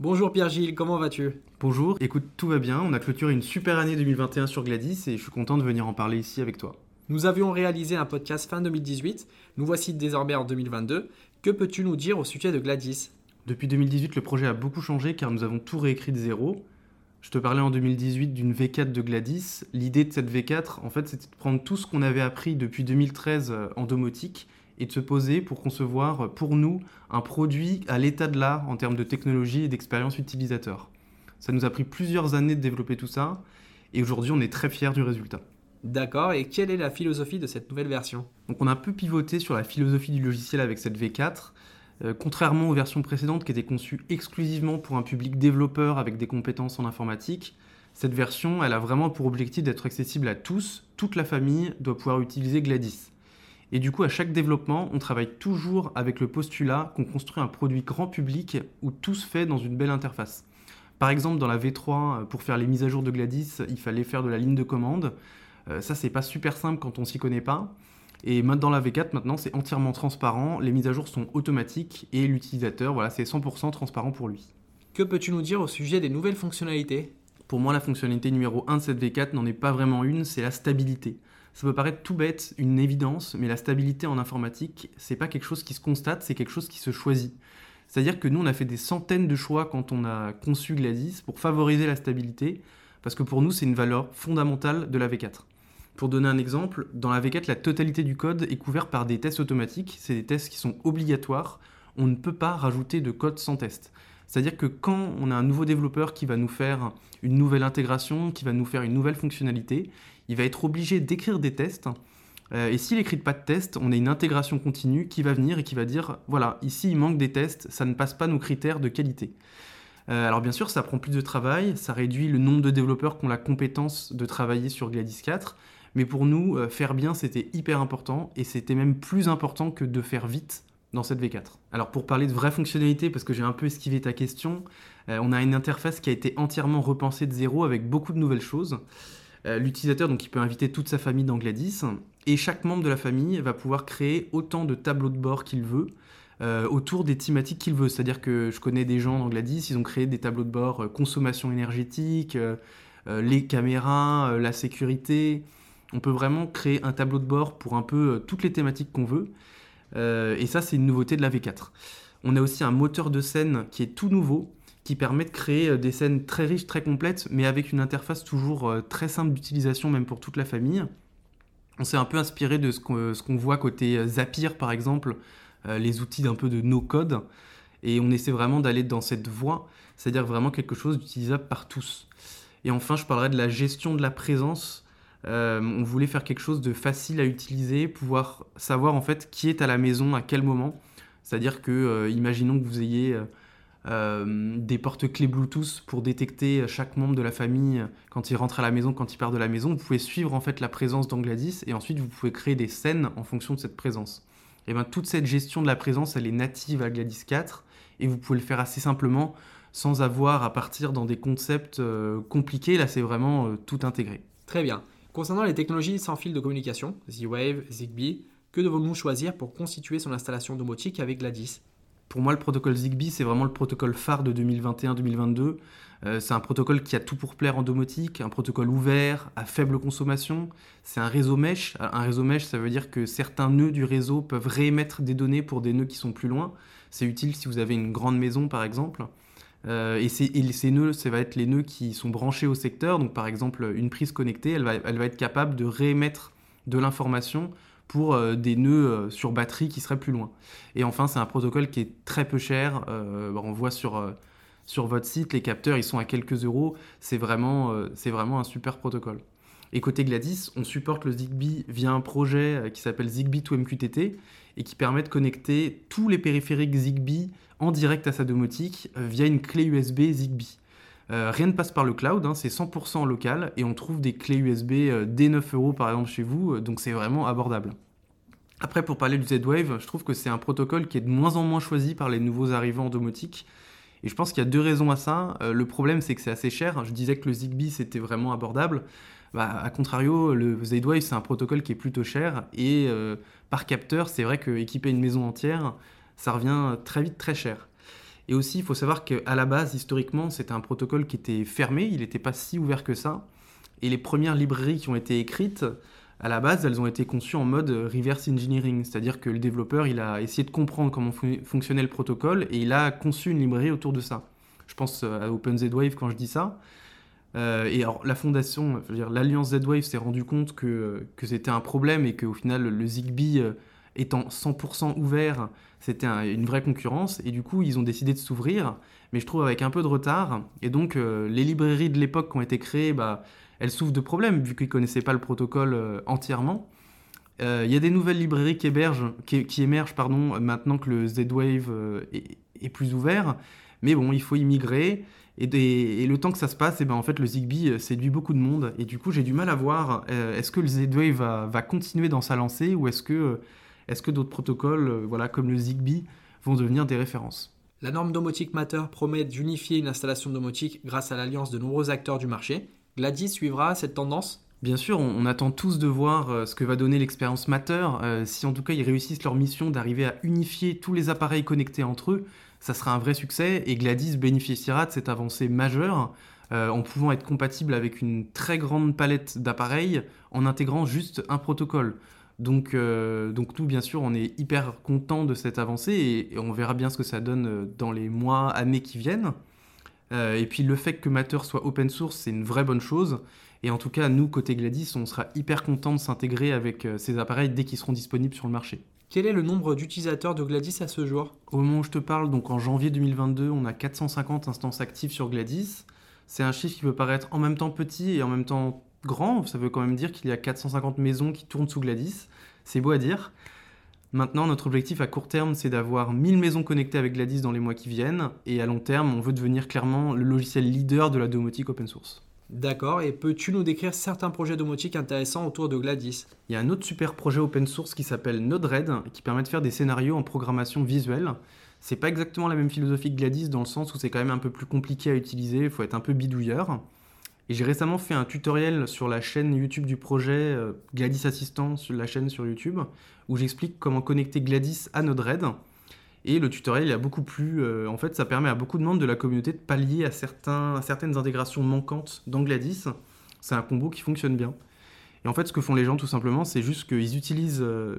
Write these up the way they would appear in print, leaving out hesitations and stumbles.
Bonjour Pierre-Gilles, comment vas-tu? Bonjour, écoute, tout va bien, on a clôturé une super année 2021 sur Gladys et je suis content de venir en parler ici avec toi. Nous avions réalisé un podcast fin 2018, nous voici désormais en 2022. Que peux-tu nous dire au sujet de Gladys? Depuis 2018, le projet a beaucoup changé car nous avons tout réécrit de zéro. Je te parlais en 2018 d'une V4 de Gladys. L'idée de cette V4, en fait, c'était de prendre tout ce qu'on avait appris depuis 2013 en domotique et de se poser pour concevoir pour nous un produit à l'état de l'art en termes de technologie et d'expérience utilisateur. Ça nous a pris plusieurs années de développer tout ça et aujourd'hui on est très fiers du résultat. D'accord, et quelle est la philosophie de cette nouvelle version? Donc on a un peu pivoté sur la philosophie du logiciel avec cette V4. Contrairement aux versions précédentes qui étaient conçues exclusivement pour un public développeur avec des compétences en informatique, cette version, elle a vraiment pour objectif d'être accessible à tous. Toute la famille doit pouvoir utiliser Gladys. Et du coup, à chaque développement, on travaille toujours avec le postulat qu'on construit un produit grand public où tout se fait dans une belle interface. Par exemple, dans la V3, pour faire les mises à jour de Gladys, il fallait faire de la ligne de commande. Ça, c'est pas super simple quand on s'y connaît pas. Et dans la V4, maintenant, c'est entièrement transparent, les mises à jour sont automatiques et l'utilisateur, voilà, c'est 100% transparent pour lui. Que peux-tu nous dire au sujet des nouvelles fonctionnalités? Pour moi, la fonctionnalité numéro 1 de cette V4 n'en est pas vraiment une, c'est la stabilité. Ça peut paraître tout bête, une évidence, mais la stabilité en informatique, c'est pas quelque chose qui se constate, c'est quelque chose qui se choisit. C'est-à-dire que nous, on a fait des centaines de choix quand on a conçu Gladys pour favoriser la stabilité, parce que pour nous, c'est une valeur fondamentale de la V4. Pour donner un exemple, dans la V4, la totalité du code est couverte par des tests automatiques. C'est des tests qui sont obligatoires. On ne peut pas rajouter de code sans test. C'est-à-dire que quand on a un nouveau développeur qui va nous faire une nouvelle intégration, qui va nous faire une nouvelle fonctionnalité, il va être obligé d'écrire des tests. Et s'il n'écrit pas de tests, on a une intégration continue qui va venir et qui va dire, voilà, ici il manque des tests, ça ne passe pas nos critères de qualité. Alors bien sûr, ça prend plus de travail, ça réduit le nombre de développeurs qui ont la compétence de travailler sur Gladys 4, mais pour nous, faire bien, c'était hyper important, et c'était même plus important que de faire vite dans cette V4. Alors pour parler de vraies fonctionnalités, parce que j'ai un peu esquivé ta question, on a une interface qui a été entièrement repensée de zéro avec beaucoup de nouvelles choses. L'utilisateur, donc, il peut inviter toute sa famille dans Gladys, et chaque membre de la famille va pouvoir créer autant de tableaux de bord qu'il veut, autour des thématiques qu'il veut. C'est-à-dire que je connais des gens dans Gladys, ils ont créé des tableaux de bord consommation énergétique, les caméras, la sécurité. On peut vraiment créer un tableau de bord pour un peu toutes les thématiques qu'on veut. Et ça, c'est une nouveauté de la V4. On a aussi un moteur de scène qui est tout nouveau, qui permet de créer des scènes très riches, très complètes, mais avec une interface toujours très simple d'utilisation, même pour toute la famille. On s'est un peu inspiré de ce qu'on voit côté Zapier, par exemple, les outils d'un peu de no-code, et on essaie vraiment d'aller dans cette voie, c'est-à-dire vraiment quelque chose d'utilisable par tous. Et enfin, je parlerai de la gestion de la présence. On voulait faire quelque chose de facile à utiliser, pouvoir savoir en fait qui est à la maison à quel moment. C'est-à-dire que, imaginons que vous ayez des porte-clés Bluetooth pour détecter chaque membre de la famille quand il rentre à la maison, quand il part de la maison. Vous pouvez suivre en fait la présence dans Gladys et ensuite vous pouvez créer des scènes en fonction de cette présence. Et bien toute cette gestion de la présence, elle est native à Gladys 4 et vous pouvez le faire assez simplement sans avoir à partir dans des concepts compliqués. Là, c'est vraiment tout intégré. Très bien. Concernant les technologies sans fil de communication, Z-Wave, Zigbee, que devons-nous choisir pour constituer son installation domotique avec Gladys? Pour moi, le protocole Zigbee, c'est vraiment le protocole phare de 2021-2022. C'est un protocole qui a tout pour plaire en domotique, un protocole ouvert, à faible consommation. C'est un réseau mesh. Un réseau mesh, ça veut dire que certains nœuds du réseau peuvent réémettre des données pour des nœuds qui sont plus loin. C'est utile si vous avez une grande maison, par exemple. Et ces nœuds, ça va être les nœuds qui sont branchés au secteur. Donc, par exemple, une prise connectée, elle va être capable de réémettre de l'information pour des nœuds sur batterie qui seraient plus loin. Et enfin, c'est un protocole qui est très peu cher. On voit sur votre site, les capteurs, ils sont à quelques euros. C'est vraiment un super protocole. Et côté Gladys, on supporte le Zigbee via un projet qui s'appelle Zigbee to MQTT et qui permet de connecter tous les périphériques Zigbee en direct à sa domotique via une clé USB Zigbee. Rien ne passe par le cloud, c'est 100% local et on trouve des clés USB dès 9 euros par exemple chez vous, donc c'est vraiment abordable. Après, pour parler du Z-Wave, je trouve que c'est un protocole qui est de moins en moins choisi par les nouveaux arrivants en domotique. Et je pense qu'il y a deux raisons à ça. Le problème, c'est que c'est assez cher. Je disais que le Zigbee, c'était vraiment abordable. A contrario, le Z-Wave, c'est un protocole qui est plutôt cher. Et par capteur, c'est vrai qu'équiper une maison entière, ça revient très vite très cher. Et aussi, il faut savoir qu'à la base, historiquement, c'était un protocole qui était fermé, il n'était pas si ouvert que ça. Et les premières librairies qui ont été écrites, à la base, elles ont été conçues en mode reverse engineering, c'est-à-dire que le développeur, il a essayé de comprendre comment fonctionnait le protocole et il a conçu une librairie autour de ça. Je pense à OpenZWave quand je dis ça. Et alors, la fondation, je veux dire, l'Alliance Z-Wave s'est rendu compte que c'était un problème et qu'au final, le Zigbee étant 100% ouvert, c'était une vraie concurrence. Et du coup, ils ont décidé de s'ouvrir, mais je trouve avec un peu de retard. Et donc, les librairies de l'époque qui ont été créées, elles souffrent de problèmes vu qu'ils ne connaissaient pas le protocole entièrement. Il y a des nouvelles librairies qui émergent maintenant que le Z-Wave est plus ouvert. Mais bon, il faut y migrer. Et le temps que ça se passe, en fait, le Zigbee séduit beaucoup de monde. Et du coup, j'ai du mal à voir, est-ce que le Z-Wave va continuer dans sa lancée ou est-ce que d'autres protocoles, comme le Zigbee, vont devenir des références. La norme domotique Matter promet d'unifier une installation domotique grâce à l'alliance de nombreux acteurs du marché. Gladys suivra cette tendance ? Bien sûr, on attend tous de voir ce que va donner l'expérience Matter. Si en tout cas ils réussissent leur mission d'arriver à unifier tous les appareils connectés entre eux, ça sera un vrai succès et Gladys bénéficiera de cette avancée majeure en pouvant être compatible avec une très grande palette d'appareils en intégrant juste un protocole. Donc nous, bien sûr, on est hyper content de cette avancée et on verra bien ce que ça donne dans les mois, années qui viennent. Et puis le fait que Matter soit open source, c'est une vraie bonne chose. Et en tout cas, nous, côté Gladys, on sera hyper content de s'intégrer avec ces appareils dès qu'ils seront disponibles sur le marché. Quel est le nombre d'utilisateurs de Gladys à ce jour ? Au moment où je te parle, donc en janvier 2022, on a 450 instances actives sur Gladys. C'est un chiffre qui peut paraître en même temps petit et en même temps grand. Ça veut quand même dire qu'il y a 450 maisons qui tournent sous Gladys. C'est beau à dire. Maintenant, notre objectif à court terme, c'est d'avoir 1000 maisons connectées avec Gladys dans les mois qui viennent. Et à long terme, on veut devenir clairement le logiciel leader de la domotique open source. D'accord, et peux-tu nous décrire certains projets domotiques intéressants autour de Gladys ? Il y a un autre super projet open source qui s'appelle Node-RED, qui permet de faire des scénarios en programmation visuelle. C'est pas exactement la même philosophie que Gladys, dans le sens où c'est quand même un peu plus compliqué à utiliser, il faut être un peu bidouilleur. Et j'ai récemment fait un tutoriel sur la chaîne YouTube du projet Gladys Assistant, sur la chaîne sur YouTube, où j'explique comment connecter Gladys à Node-RED. Et le tutoriel a beaucoup plu. En fait, ça permet à beaucoup de membres de la communauté de pallier à certaines intégrations manquantes dans Gladys. C'est un combo qui fonctionne bien. Et en fait, ce que font les gens, tout simplement, c'est juste qu'ils utilisent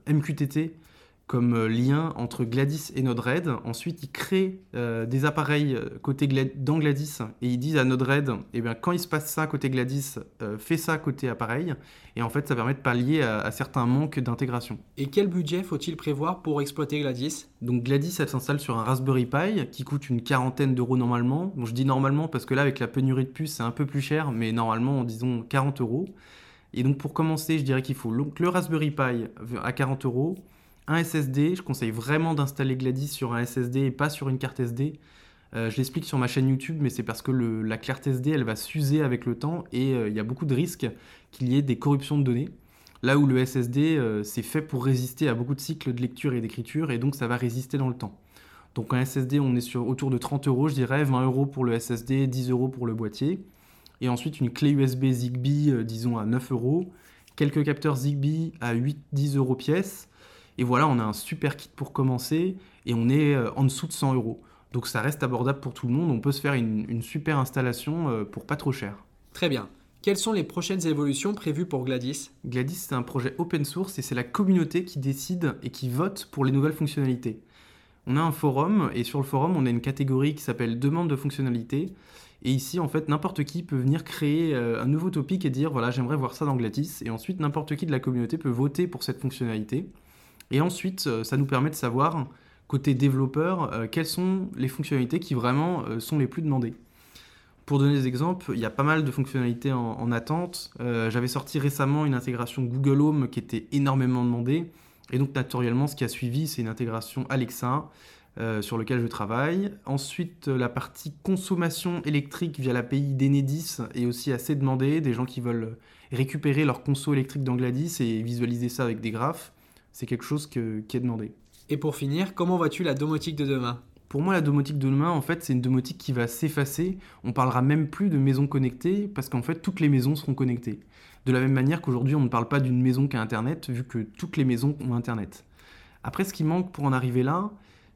MQTT comme lien entre Gladys et Node-RED. Ensuite, ils créent des appareils dans Gladys et ils disent à Node-RED, quand il se passe ça côté Gladys, fais ça côté appareil. Et en fait, ça permet de pallier à certains manques d'intégration. Et quel budget faut-il prévoir pour exploiter Gladys ? Donc Gladys, elle s'installe sur un Raspberry Pi qui coûte une quarantaine d'euros normalement. Bon, je dis normalement parce que là, avec la pénurie de puces, c'est un peu plus cher, mais normalement, disons 40 euros. Et donc pour commencer, je dirais qu'il faut le Raspberry Pi à 40 euros, un SSD. Je conseille vraiment d'installer Gladys sur un SSD et pas sur une carte SD. Je l'explique sur ma chaîne YouTube, mais c'est parce que la carte SD, elle va s'user avec le temps et il y a beaucoup de risques qu'il y ait des corruptions de données. Là où le SSD, c'est fait pour résister à beaucoup de cycles de lecture et d'écriture et donc ça va résister dans le temps. Donc un SSD, on est autour de 30 euros, je dirais, 20 euros pour le SSD, 10 euros pour le boîtier. Et ensuite une clé USB Zigbee, disons à 9 euros, quelques capteurs Zigbee à 8-10 euros pièce. Et voilà, on a un super kit pour commencer et on est en dessous de 100 euros. Donc ça reste abordable pour tout le monde, on peut se faire une super installation pour pas trop cher. Très bien. Quelles sont les prochaines évolutions prévues pour Gladys ? Gladys, c'est un projet open source et c'est la communauté qui décide et qui vote pour les nouvelles fonctionnalités. On a un forum et sur le forum, on a une catégorie qui s'appelle demande de fonctionnalités. Et ici, en fait, n'importe qui peut venir créer un nouveau topic et dire voilà, j'aimerais voir ça dans Gladys. Et ensuite, n'importe qui de la communauté peut voter pour cette fonctionnalité. Et ensuite, ça nous permet de savoir, côté développeur, quelles sont les fonctionnalités qui vraiment sont les plus demandées. Pour donner des exemples, il y a pas mal de fonctionnalités en attente. J'avais sorti récemment une intégration Google Home qui était énormément demandée. Et donc, naturellement, ce qui a suivi, c'est une intégration Alexa sur lequel je travaille. Ensuite, la partie consommation électrique via l'API d'Enedis est aussi assez demandée. Des gens qui veulent récupérer leur conso électrique dans Gladys et visualiser ça avec des graphes. C'est quelque chose qui est demandé. Et pour finir, comment vois-tu la domotique de demain ? Pour moi, la domotique de demain, en fait, c'est une domotique qui va s'effacer. On parlera même plus de maisons connectées parce qu'en fait, toutes les maisons seront connectées. De la même manière qu'aujourd'hui, on ne parle pas d'une maison qui a Internet vu que toutes les maisons ont Internet. Après, ce qui manque pour en arriver là,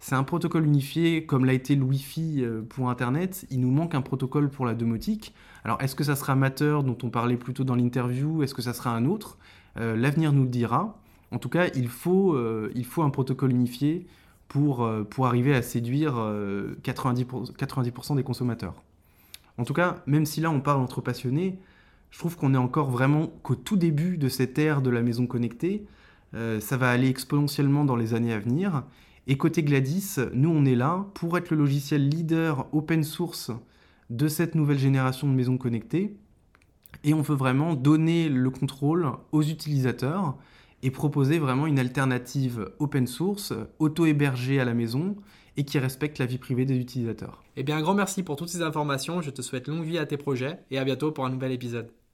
C'est un protocole unifié comme l'a été le Wi-Fi pour Internet. Il nous manque un protocole pour la domotique. Alors, est-ce que ça sera Matter, dont on parlait plus tôt dans l'interview? Est-ce que ça sera un autre? L'avenir nous le dira. En tout cas, il faut un protocole unifié pour arriver à séduire 90% des consommateurs. En tout cas, même si là on parle entre passionnés, je trouve qu'on est encore vraiment qu'au tout début de cette ère de la maison connectée. Ça va aller exponentiellement dans les années à venir. Et côté Gladys, nous on est là pour être le logiciel leader open source de cette nouvelle génération de maisons connectées. Et on veut vraiment donner le contrôle aux utilisateurs et proposer vraiment une alternative open source, auto-hébergée à la maison et qui respecte la vie privée des utilisateurs. Eh bien, un grand merci pour toutes ces informations. Je te souhaite longue vie à tes projets et à bientôt pour un nouvel épisode.